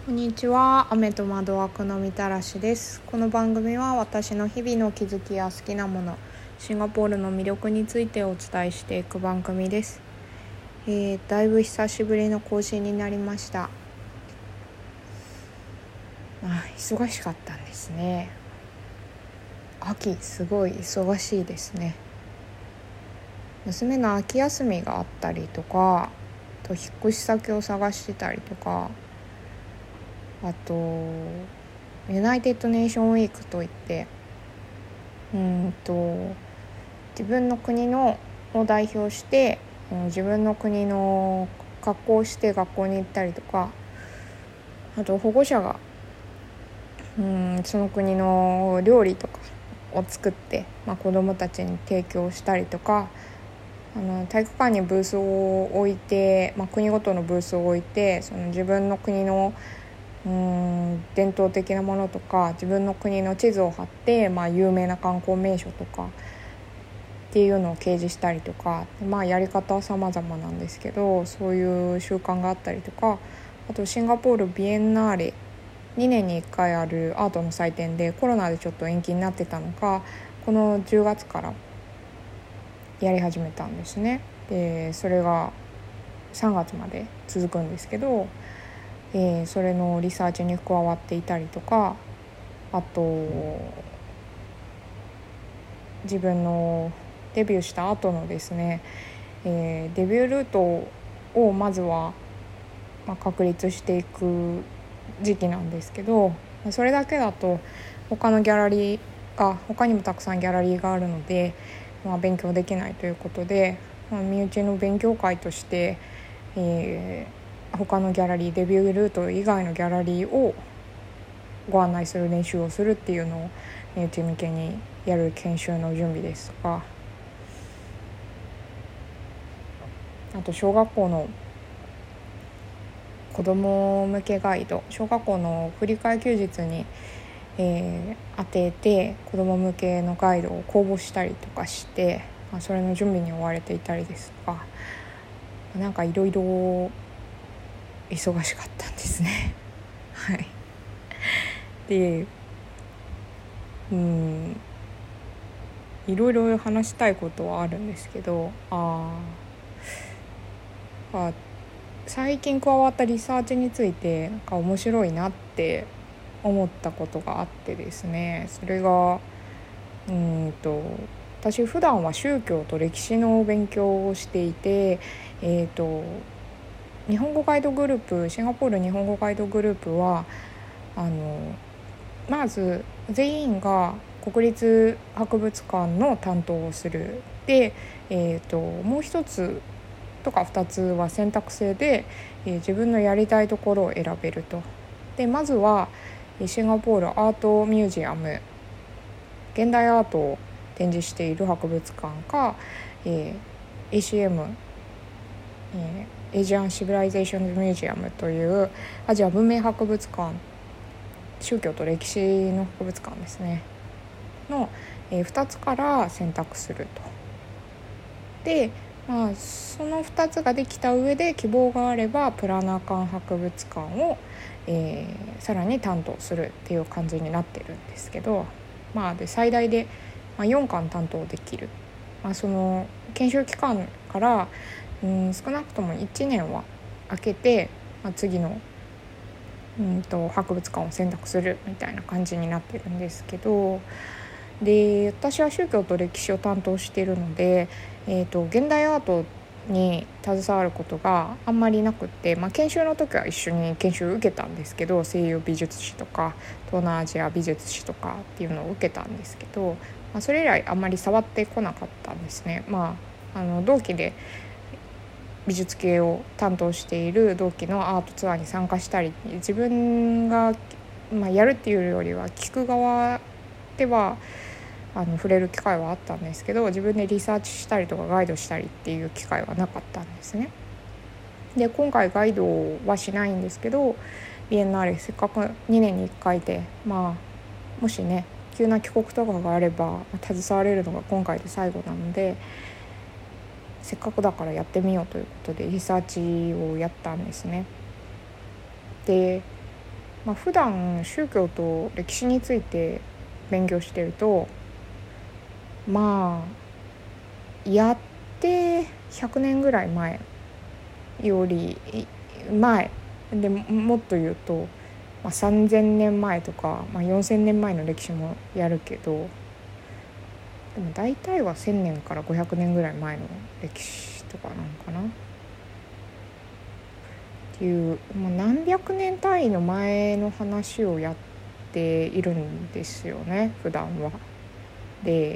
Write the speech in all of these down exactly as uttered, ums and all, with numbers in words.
こんにちは。雨と窓枠のみたらしです。この番組は私の日々の気づきや好きなもの、シンガポールの魅力についてお伝えしていく番組です。えー、だいぶ久しぶりの更新になりました。あ、忙しかったんですね。秋すごい忙しいですね。娘の秋休みがあったりとか、と引っ越し先を探してたりとか、あとユナイテッドネーションウィークといってうんと自分の国のを代表して自分の国の格好をして学校に行ったりとか、あと保護者がうんその国の料理とかを作って、まあ、子どもたちに提供したりとか、あの体育館にブースを置いて、まあ、国ごとのブースを置いて、その自分の国のうーん伝統的なものとか自分の国の地図を貼って、まあ、有名な観光名所とかっていうのを掲示したりとか、まあ、やり方は様々なんですけど、そういう習慣があったりとか、あとシンガポールビエンナーレにねんにいっかいあるアートの祭典でコロナでちょっと延期になってたのがこのじゅうがつからやり始めたんですね。でそれがさんがつまで続くんですけど、えー、それのリサーチに加わっていたりとか、あと自分のデビューした後のですね、えー、デビュールートをまずは、まあ、確立していく時期なんですけど、それだけだと他のギャラリーが他にもたくさんギャラリーがあるので、まあ、勉強できないということで、まあ、身内の勉強会として、えー、他のギャラリーデビュールート以外のギャラリーをご案内する練習をするっていうのを身内向けにやる研修の準備ですとか、あと小学校の子ども向けガイド、小学校の振り替え休日に、えー、当てて子ども向けのガイドを公募したりとかして、まあ、それの準備に追われていたりですとか、なんかいろいろ忙しかったんですねはいでうんいろいろ話したいことはあるんですけど、ああ最近加わったリサーチについてなんか面白いなって思ったことがあってですね、それがうんと私普段は宗教と歴史の勉強をしていて、えーと日本語ガイドグループシンガポール日本語ガイドグループはあのまず全員が国立博物館の担当をするで、えーともう一つとかふたつは選択制で、えー、自分のやりたいところを選べると。でまずはシンガポールアートミュージアム、現代アートを展示している博物館か、えー、エーシーエム、えー、エイジアンシビライゼーションズミュージアムというアジア文明博物館、宗教と歴史の博物館ですねの、えー、ふたつから選択すると。でまあ、そのふたつができた上で希望があればプラナカン博物館を、えー、さらに担当するっていう感じになってるんですけど、まあ、で最大で、まあ、よんかん担当できる、まあ、その研修期間からうん少なくともいちねんは空けて、まあ、次のうんと博物館を選択するみたいな感じになってるんですけど、で私は宗教と歴史を担当しているので、えーと、現代アートに携わることがあんまりなくって、まあ、研修の時は一緒に研修を受けたんですけど、西洋美術史とか東南アジア美術史とかっていうのを受けたんですけど、まあ、それ以来あんまり触ってこなかったんですね。まあ、あの同期で美術系を担当している同期のアートツアーに参加したり、自分が、まあ、やるっていうよりは聞く側ではあの触れる機会はあったんですけど、自分でリサーチしたりとかガイドしたりっていう機会はなかったんですね。で今回ガイドはしないんですけど、ビエンナーレせっかくにねんにいっかいで、まあもしね急な帰国とかがあれば携われるのが今回で最後なので、せっかくだからやってみようということでリサーチをやったんですね。でまあ、普段宗教と歴史について勉強してると、まあやってひゃくねんぐらい前より前でもっと言うと、まあ、さんぜんねんまえとか、まあ、よんせんねんまえの歴史もやるけど、でも大体はせんねんからごひゃくねんぐらい前の歴史とかなのかなっていう、もう何百年単位の前の話をやっているんですよね、普段は。で、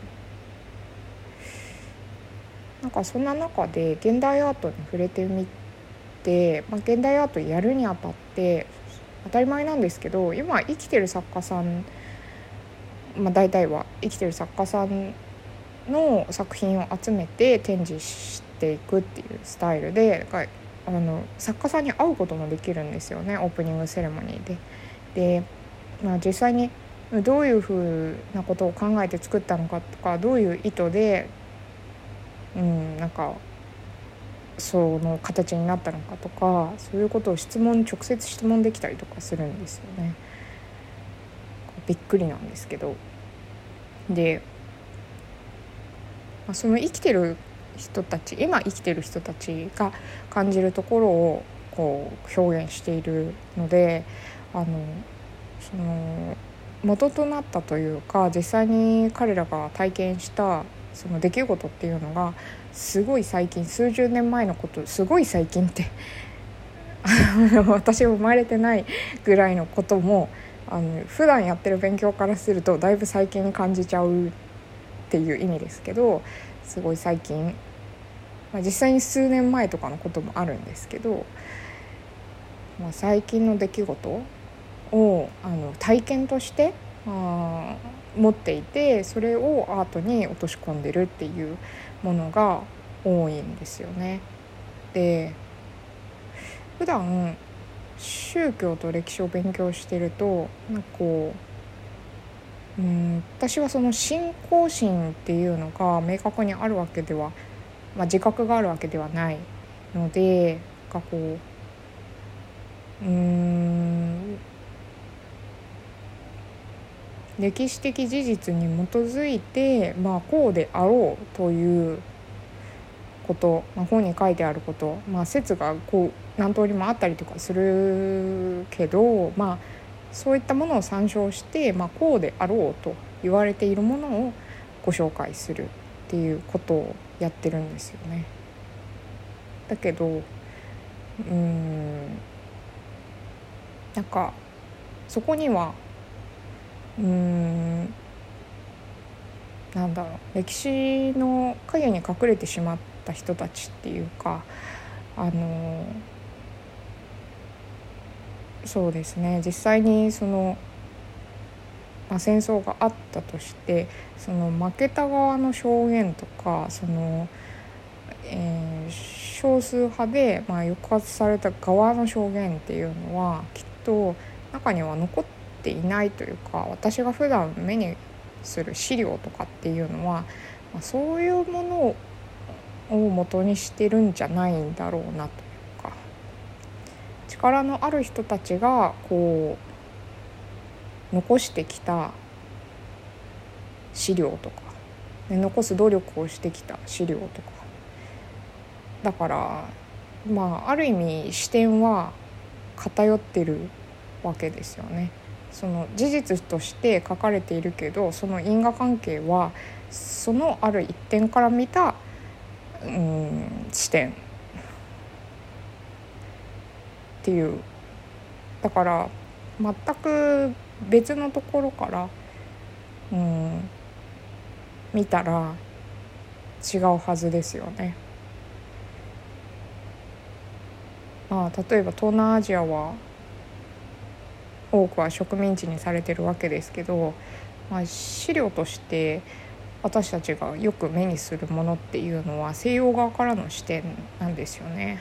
なんかそんな中で現代アートに触れてみて、まあ、現代アートやるにあたって当たり前なんですけど、今生きてる作家さん、まあ、大体は生きてる作家さんの作品を集めて展示していくっていうスタイルで、あの作家さんに会うこともできるんですよね、オープニングセレモニーで。で、まあ、実際にどういうふうなことを考えて作ったのかとか、どういう意図で、うん、なんかその形になったのかとか、そういうことを質問直接質問できたりとかするんですよね。びっくりなんですけど。で、まあ、その生きてる人たち、今生きてる人たちが感じるところをこう表現しているので、あのその元となったというか、実際に彼らが体験したその出来事っていうのがすごい最近、数十年前のこと、すごい最近って私が生まれてないぐらいのことも、あの普段やってる勉強からするとだいぶ最近に感じちゃうっていう意味ですけど、すごい最近、まあ、実際に数年前とかのこともあるんですけど、まあ、最近の出来事をあの体験としてあ持っていて、それをアートに落とし込んでるっていうものが多いんですよね。で、普段宗教と歴史を勉強してると、なんかこう、うん、私はその信仰心っていうのが明確にあるわけでは、まあ、自覚があるわけではないので、なんかこう、うーん歴史的事実に基づいて、まあ、こうであろうということ、まあ、本に書いてあること、まあ、説がこう何通りもあったりとかするけど、まあ、そういったものを参照して、まあ、こうであろうと言われているものをご紹介するっていうことをやってるんですよね。だけどうーんなんかそこにはうーんなんだろう、歴史の影に隠れてしまった人たちっていうか、あのそうですね、実際にその、まあ、戦争があったとして、その負けた側の証言とか、その、えー少数派で、まあ、抑圧された側の証言っていうのはきっと中には残っていないというか、私が普段目にする資料とかっていうのは、まあ、そういうものを元にしてるんじゃないんだろうなというか、力のある人たちがこう残してきた資料とか、ね、残す努力をしてきた資料とかだから、まあある意味視点は偏ってるわけですよね。その事実として書かれているけど、その因果関係はそのある一点から見たうん視点っていう、だから全く別のところからうん見たら違うはずですよね。まあ、例えば東南アジアは多くは植民地にされてるわけですけど、まあ、資料として私たちがよく目にするものっていうのは西洋側からの視点なんですよね。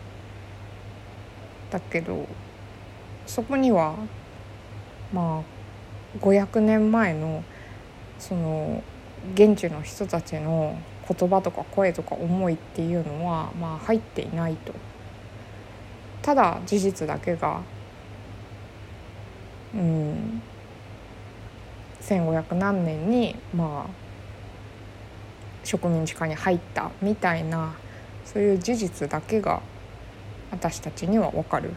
だけどそこにはまあごひゃくねんまえのその現地の人たちの言葉とか声とか思いっていうのはまあ入っていないと。ただ事実だけがうんせんごひゃく何年にまあ植民地下に入ったみたいな、そういう事実だけが私たちには分かる。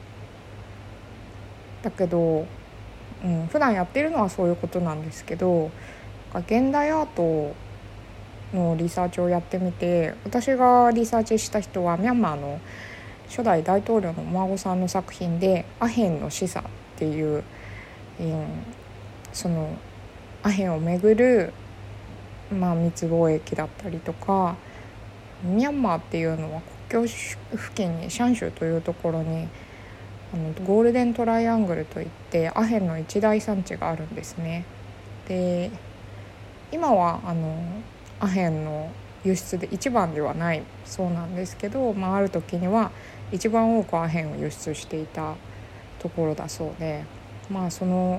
だけど、うん、普段やってるのはそういうことなんですけど、現代アートのリサーチをやってみて、私がリサーチした人はミャンマーの初代大統領のお孫さんの作品でアヘンの示唆っていう、うん、そのアヘンをめぐる、まあ、密貿易だったりとか、ミャンマーっていうのは国境付近にシャン州というところにあのゴールデントライアングルといってアヘンの一大産地があるんですね。で今はあのアヘンの輸出で一番ではないそうなんですけど、まあ、ある時には一番多くアヘンを輸出していたところだそうで、まあその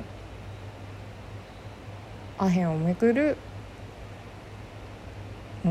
アヘンをめぐる、うん、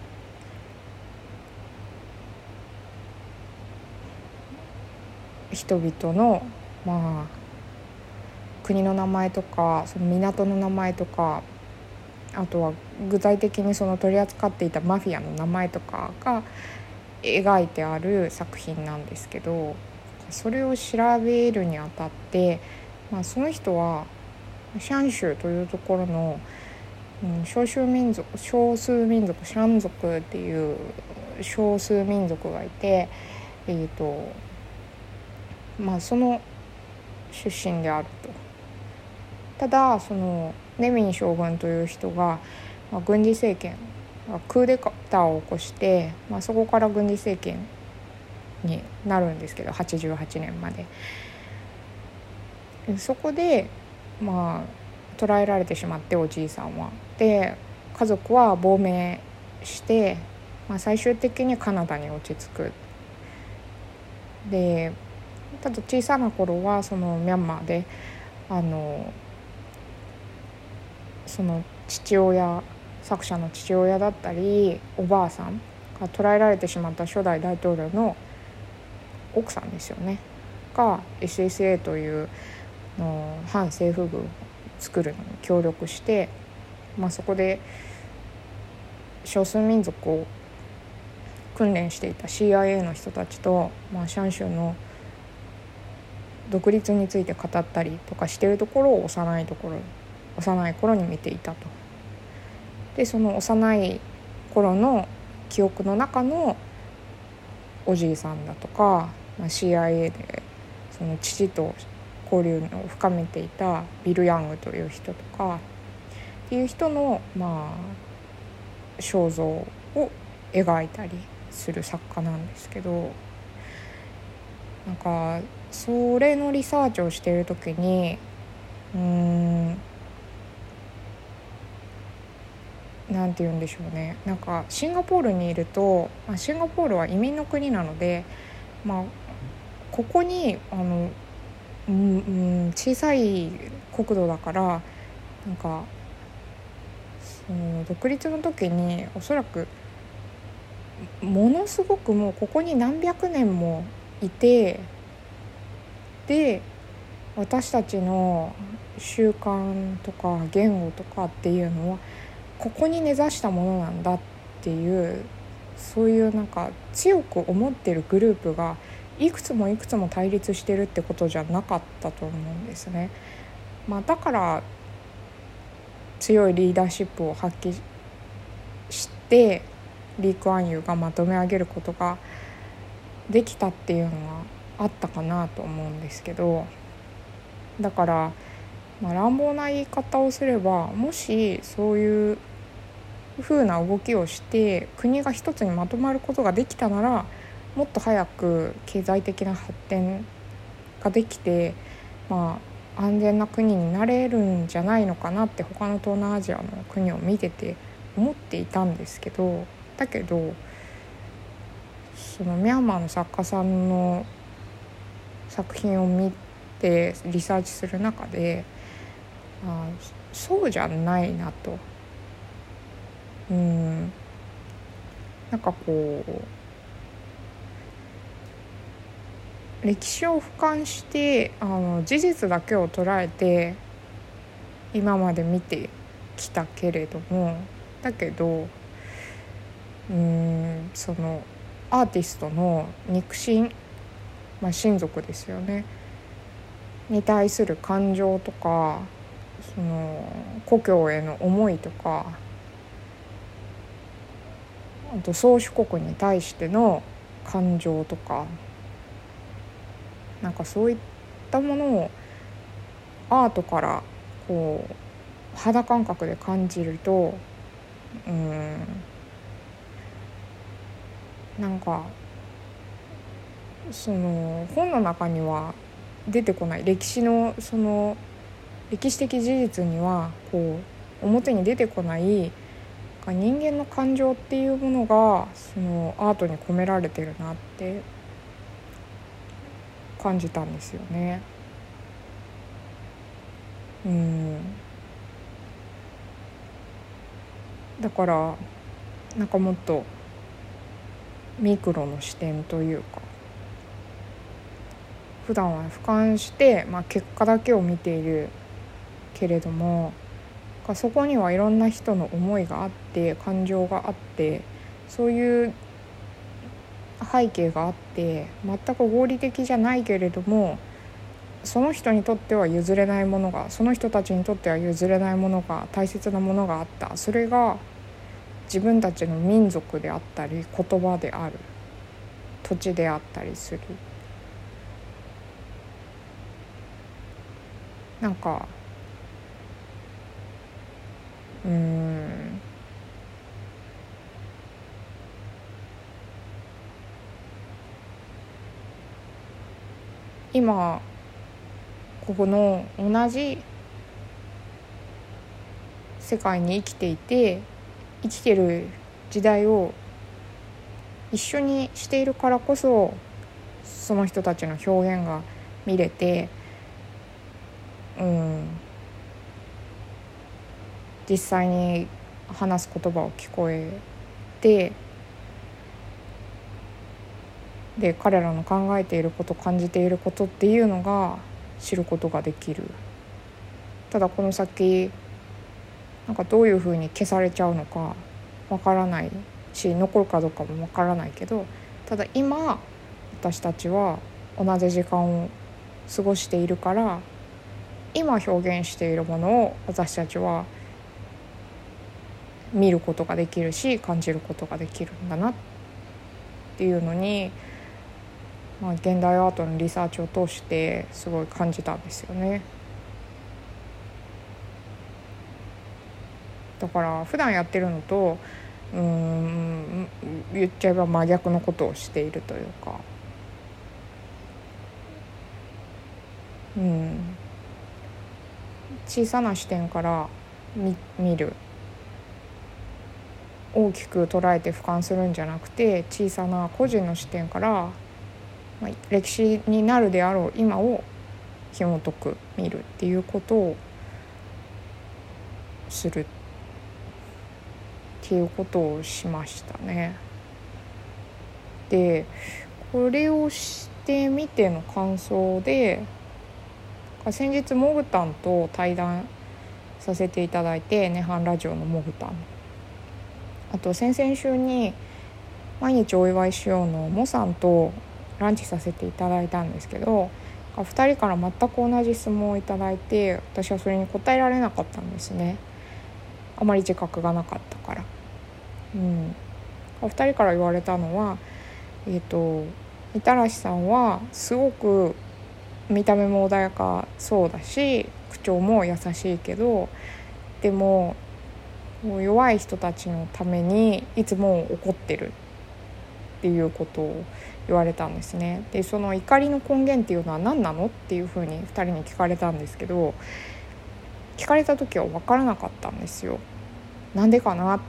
人々のまあ国の名前とかその港の名前とか、あとは具体的にその取り扱っていたマフィアの名前とかが描いてある作品なんですけど、それを調べるにあたって、まあ、その人はシャン州というところの、うん、少数民族少数民族シャン族っていう少数民族がいて、えーとまあ、その出身であると。ただそのネミン将軍という人が、まあ、軍事政権クーデターを起こして、まあ、そこから軍事政権になるんですけどはちじゅうはちねんまで。そこでまあ捕らえられてしまって、おじいさんはで家族は亡命して、まあ、最終的にカナダに落ち着く。でただ小さな頃はそのミャンマーであのその父親作者の父親だったりおばあさんが捕らえられてしまった初代大統領の奥さんですよねが エスエスエー というの反政府軍を作るのに協力して、まあ、そこで少数民族を訓練していた シーアイエー の人たちと、まあ、シャン州の独立について語ったりとかしているところを幼いところ幼い頃に見ていたと。でその幼い頃の記憶の中のおじいさんだとか、まあ、シーアイエー でその父と交流を深めていたビル・ヤングという人とかっていう人のまあ肖像を描いたりする作家なんですけど、なんかそれのリサーチをしている時にうーんなんて言うんでしょうね、なんかシンガポールにいると、まあ、シンガポールは移民の国なので、まあ、ここにあの、うん、小さい国土だからなんかその独立の時におそらくものすごくもうここに何百年もいて、で私たちの習慣とか言語とかっていうのはここに根ざしたものなんだっていう、そういうなんか強く思ってるグループがいくつもいくつも対立してるってことじゃなかったと思うんですね。まあ、だから強いリーダーシップを発揮してリー・クアンユーがまとめ上げることができたっていうのはあったかなと思うんですけど、だから、まあ、乱暴な言い方をすれば、もしそういう風な動きをして国が一つにまとまることができたなら、もっと早く経済的な発展ができて、まあ、安全な国になれるんじゃないのかなって他の東南アジアの国を見てて思っていたんですけど、だけどそのミャンマーの作家さんの作品を見てリサーチする中で、あそうじゃないなと、うんなんかこ歴史を俯瞰してあの事実だけを捉えて今まで見てきたけれども、だけどうーんそのアーティストの肉親、まあ、親族ですよねに対する感情とか、その故郷への思いとか、あと宗主国に対しての感情とか、なんかそういったものをアートからこう肌感覚で感じると、うーんなんかその本の中には出てこない歴史のその歴史的事実にはこう表に出てこない人間の感情っていうものがそのアートに込められてるなって感じたんですよね。うんだからなんかもっとミクロの視点というか、普段は俯瞰して、まあ、結果だけを見ているけれども、そこにはいろんな人の思いがあって感情があって、そういう背景があって全く合理的じゃないけれども、その人にとっては譲れないものが、その人たちにとっては譲れないものが、大切なものがあった。それが自分たちの民族であったり言葉である、土地であったりする。なんかうーん今ここの同じ世界に生きていて、生きてる時代を一緒にしているからこそ、その人たちの表現が見れて、うん実際に話す言葉を聞こえて、で彼らの考えていること、感じていることっていうのが知ることができる。ただこの先なんかどういうふうに消されちゃうのかわからないし、残るかどうかもわからないけど、ただ今私たちは同じ時間を過ごしているから、今表現しているものを私たちは見ることができるし、感じることができるんだなっていうのに、まあ、現代アートのリサーチを通してすごい感じたんですよね。だから普段やってるのとうーん言っちゃえば真逆のことをしているというか、うん小さな視点から見、見る、大きく捉えて俯瞰するんじゃなくて、小さな個人の視点から、まあ、歴史になるであろう今を紐解く、見るっていうことをするっていうことをしましたね。でこれをしてみての感想で、先日モグタンと対談させていただいて、ネハンラジオのモグタン、あと先々週に毎日お祝いしようのモさんとランチさせていただいたんですけど、ふたりから全く同じ質問をいただいて、私はそれに答えられなかったんですね。あまり自覚がなかったから。うん、ふたりから言われたのは、えーと、みたらしさんはすごく見た目も穏やかそうだし、口調も優しいけど、でも弱い人たちのためにいつも怒ってるっていうことを言われたんですね。でその怒りの根源っていうのは何なのっていうふうにふたりに聞かれたんですけど、聞かれた時は分からなかったんですよ。なんでかなって。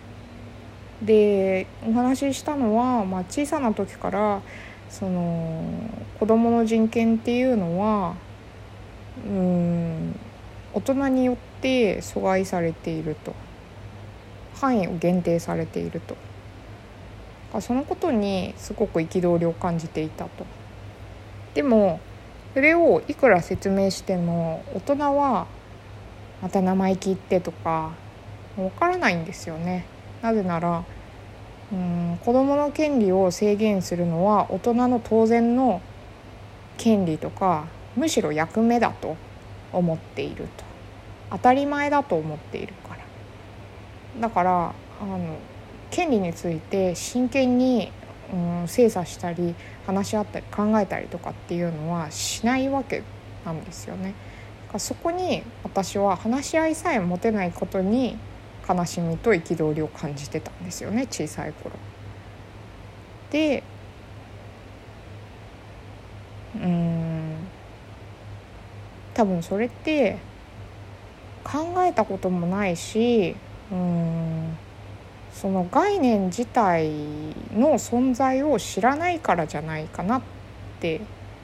でお話ししたのは、まあ、小さな時からその子どもの人権っていうのはうーん大人によって阻害されていると、範囲を限定されていると、そのことにすごく憤りを感じていたと。 でもそれをいくら説明しても大人はまた生意気言ってとかわからないんですよね。なぜならうーん子どもの権利を制限するのは大人の当然の権利とかむしろ役目だと思っていると、当たり前だと思っているから。だからあの権利について真剣に、うん、精査したり話し合ったり考えたりとかっていうのはしないわけなんですよね。だからそこに私は話し合いさえ持てないことに悲しみと憤りを感じてたんですよね、小さい頃で。うーん多分それって考えたこともないし、うーんその概念自体の存在を知らないからじゃないかなって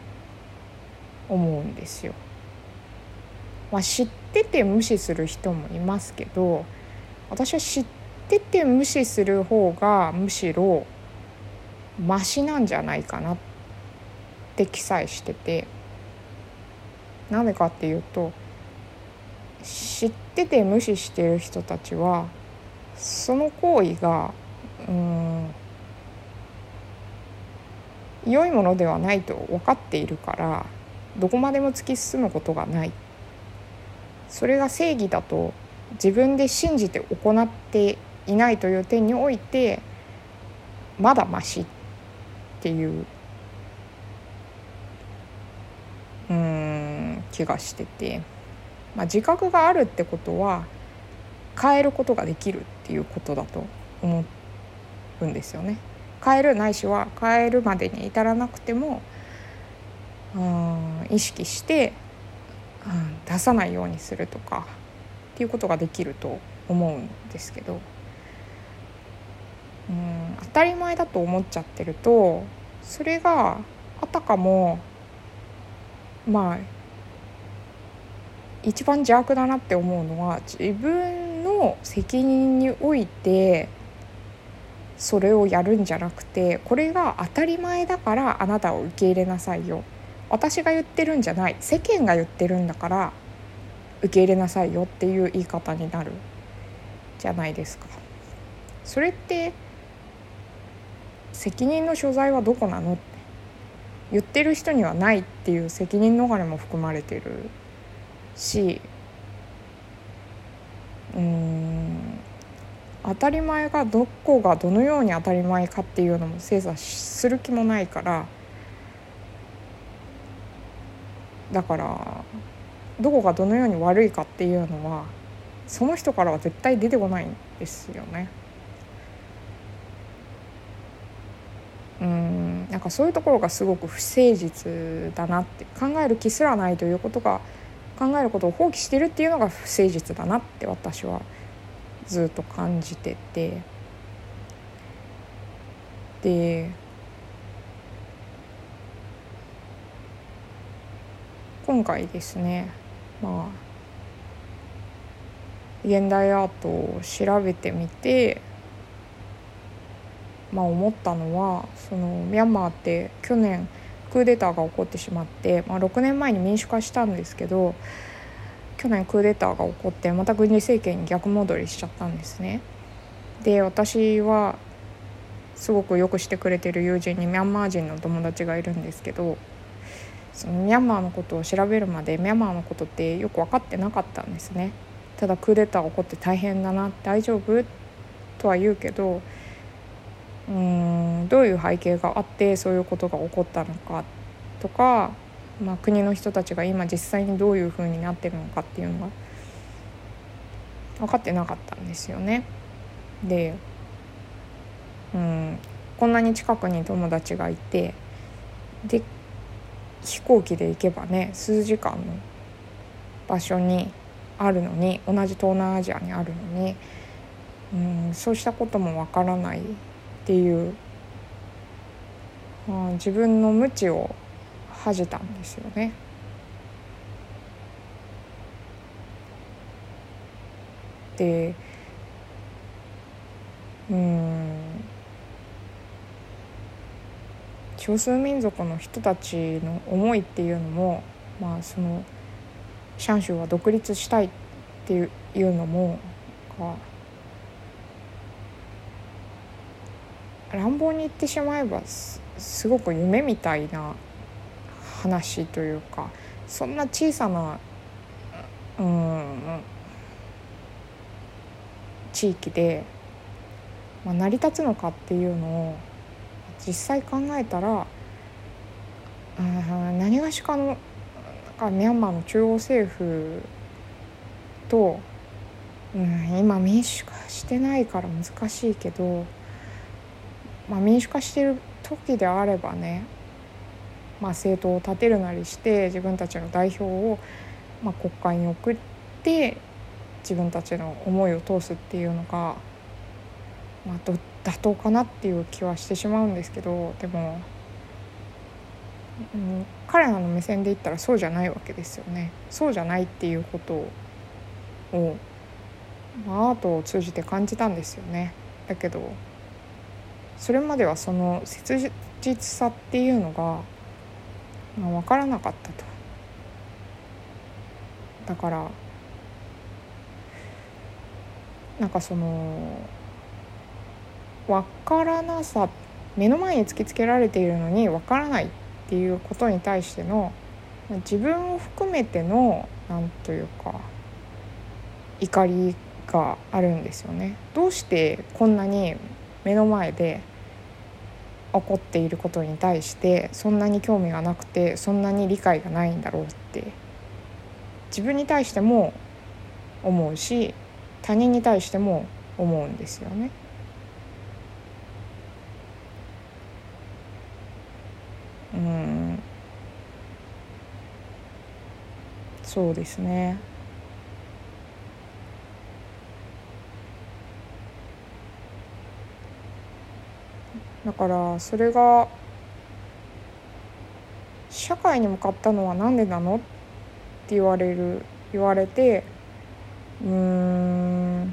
思うんですよ。まあ、知ってて無視する人もいますけど、私は知ってて無視する方がむしろマシなんじゃないかなって記載してて、なぜかっていうと、知ってて無視している人たちはその行為がうーん良いものではないと分かっているから、どこまでも突き進むことがない、それが正義だと自分で信じて行っていないという点においてまだマシっていううーん気がしてて、まあ、自覚があるってことは変えることができるっていうことだと思うんですよね。変えるないしは変えるまでに至らなくても、うん、意識して、うん、出さないようにするとかっていうことができると思うんですけど、うん、当たり前だと思っちゃってると、それがあたかもまあ一番邪悪だなって思うのは、自分の責任においてそれをやるんじゃなくて、これが当たり前だからあなたを受け入れなさいよ、私が言ってるんじゃない、世間が言ってるんだから受け入れなさいよっていう言い方になるじゃないですか。それって責任の所在はどこなのって、言ってる人にはないっていう責任逃れも含まれてるし、うーん当たり前がどこがどのように当たり前かっていうのも精査する気もないから、だからどこがどのように悪いかっていうのはその人からは絶対出てこないんですよね。うーんなんかそういうところがすごく不誠実だなって、考える気すらないということが、考えることを放棄してるっていうのが不誠実だなって私はずっと感じてて、で今回ですね、まあ現代アートを調べてみて、まあ、思ったのは、そのミャンマーって去年クーデターが起こってしまって、まあ、ろくねんまえに民主化したんですけど、去年クーデターが起こってまた軍事政権に逆戻りしちゃったんですね。で私はすごくよくしてくれてる友人にミャンマー人の友達がいるんですけど、そのミャンマーのことを調べるまでミャンマーのことってよく分かってなかったんですね。ただクーデターが起こって大変だな、大丈夫とは言うけど、うーんどういう背景があってそういうことが起こったのかとか、まあ、国の人たちが今実際にどういう風になってるのかっていうのが分かってなかったんですよね。で、うんこんなに近くに友達がいて、で飛行機で行けばね数時間の場所にあるのに、同じ東南アジアにあるのに、うんそうしたこともわからないっていう、まあ、自分の無知を恥じたんですよね。でうん正少数民族の人たちの思いっていうのも、まあ、そのシャン州は独立したいっていうのも乱暴に言ってしまえば す, すごく夢みたいな話というか、そんな小さなうん地域で、まあ、成り立つのかっていうのを実際考えたら、うん何がしかのなんかミャンマーの中央政府と、うん、今民主化してないから難しいけど、まあ、民主化してる時であればね、まあ、政党を立てるなりして自分たちの代表を、まあ、国会に送って自分たちの思いを通すっていうのが、まあ、妥当かなっていう気はしてしまうんですけど、でも、うん、彼らの目線で言ったらそうじゃないわけですよね。そうじゃないっていうことを、まあ、アートを通じて感じたんですよね。だけどそれまではその切実さっていうのが、まあ、分からなかったと。だからなんかその分からなさ、目の前に突きつけられているのに分からないっていうことに対しての自分を含めてのなんというか怒りがあるんですよね。どうしてこんなに目の前で起こっていることに対してそんなに興味がなくてそんなに理解がないんだろうって自分に対しても思うし、他人に対しても思うんですよね。うーんそうですね。だからそれが社会に向かったのはなんでなのって言われる言われてうーん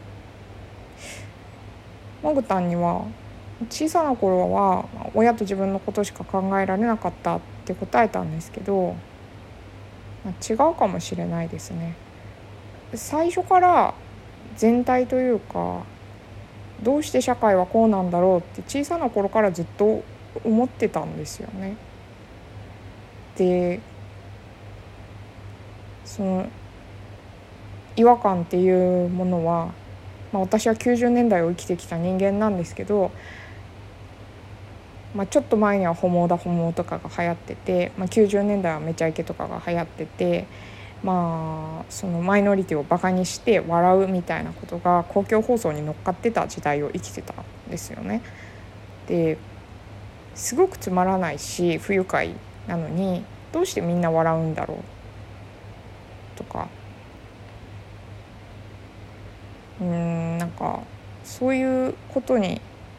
モグタンには小さな頃は親と自分のことしか考えられなかったって答えたんですけど、まあ、違うかもしれないですね。最初から全体というかどうして社会はこうなんだろうって小さな頃からずっと思ってたんですよね。でその違和感っていうものは、まあ、私はきゅうじゅうねんだいを生きてきた人間なんですけど、まあ、ちょっと前にはホモだホモとかが流行ってて、まあ、きゅうじゅうねんだいはめちゃイケとかが流行ってて、まあそのマイノリティをバカにして笑うみたいなことが公共放送に乗っかってた時代を生きてたんですよね。ですごくつまらないし不愉快なのにどうしてみんな笑うんだろうとか、うーんなんかそういうことに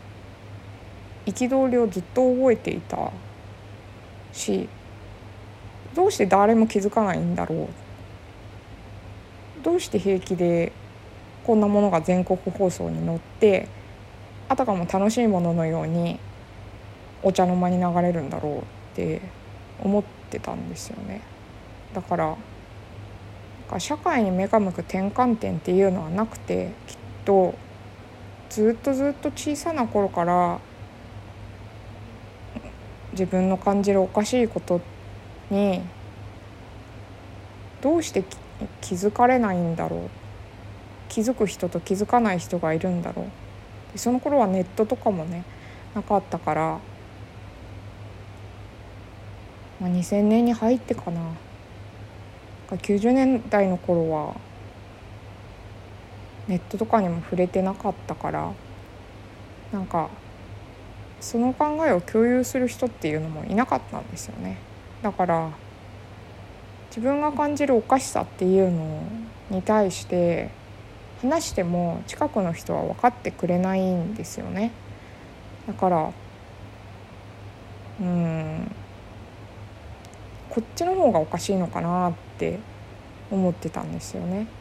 憤りをずっと覚えていたし、どうして誰も気づかないんだろう、どうして平気でこんなものが全国放送に載ってあたかも楽しいもののようにお茶の間に流れるんだろうって思ってたんですよね。だから社会に目が向く転換点っていうのはなくて、きっとずっとずっと小さな頃から自分の感じるおかしいことにどうして気づかれないんだろう、気づく人と気づかない人がいるんだろう。でその頃はネットとかもねなかったから、まあ、にせんねんに入ってかな、きゅうじゅうねんだいの頃はネットとかにも触れてなかったから、なんかその考えを共有する人っていうのもいなかったんですよね。だから自分が感じるおかしさっていうのに対して話しても近くの人は分かってくれないんですよね。だからうーんこっちの方がおかしいのかなって思ってたんですよね。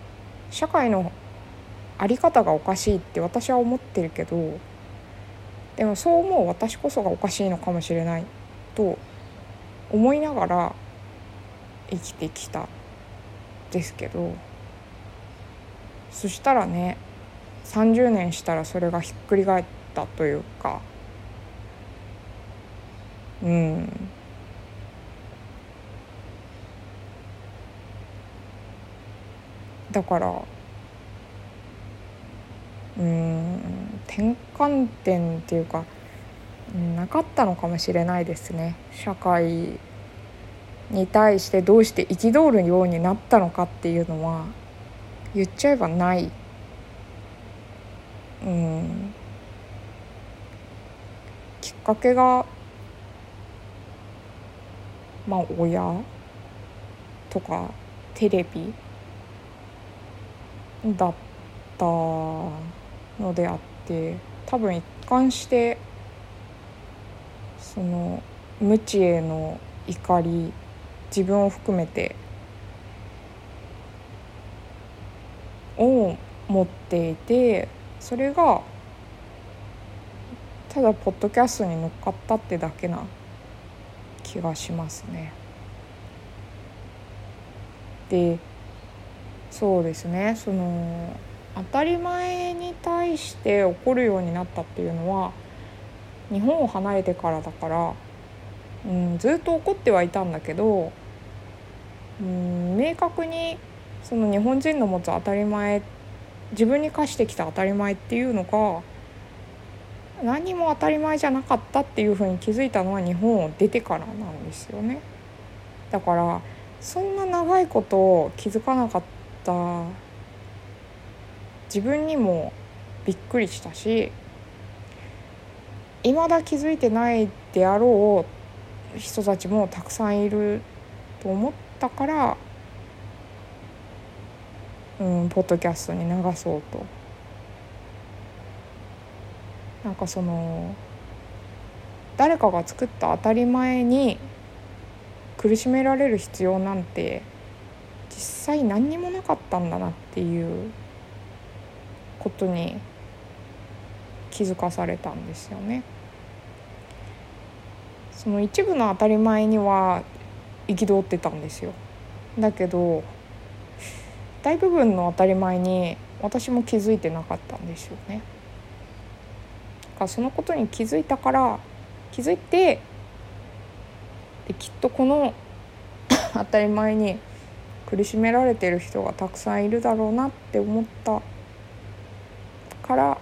社会のあり方がおかしいって私は思ってるけど、 でもそう思う私こそがおかしいのかもしれないと思いながら生きてきたですけど、そしたらねさんじゅうねんしたらそれがひっくり返ったというか、うんだからうん転換点っていうかなかったのかもしれないですね。社会に対してどうして憤るようになったのかっていうのは言っちゃえばない。うんきっかけがまあ親とかテレビだったのであって、多分一貫してその無知への怒り、自分を含めてを持っていて、それがただポッドキャストに乗っかったってだけな気がしますね。でそうですね、その当たり前に対して起こるようになったっていうのは日本を離れてからだから、うん、ずっと起こってはいたんだけど、うん、明確にその日本人の持つ当たり前、自分に課してきた当たり前っていうのが何も当たり前じゃなかったっていうふうに気づいたのは日本を出てからなんですよね。だからそんな長いこと気づかなかった自分にもびっくりしたし、未だ気づいてないであろう人たちもたくさんいると思ったから、うん、ポッドキャストに流そうと。なんかその誰かが作った当たり前に苦しめられる必要なんて実際何にもなかったんだなっていうことに気づかされたんですよね。その一部の当たり前には憤ってたんですよ。だけど大部分の当たり前に私も気づいてなかったんですよね。だからそのことに気づいたから気づいてできっとこの当たり前に苦しめられている人がたくさんいるだろうなって思ったから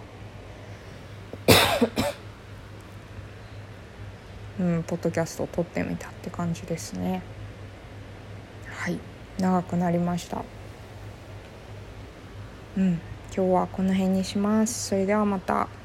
うん、ポッドキャストを撮ってみたって感じですね。はい、長くなりました。うん、今日はこの辺にします。それではまた。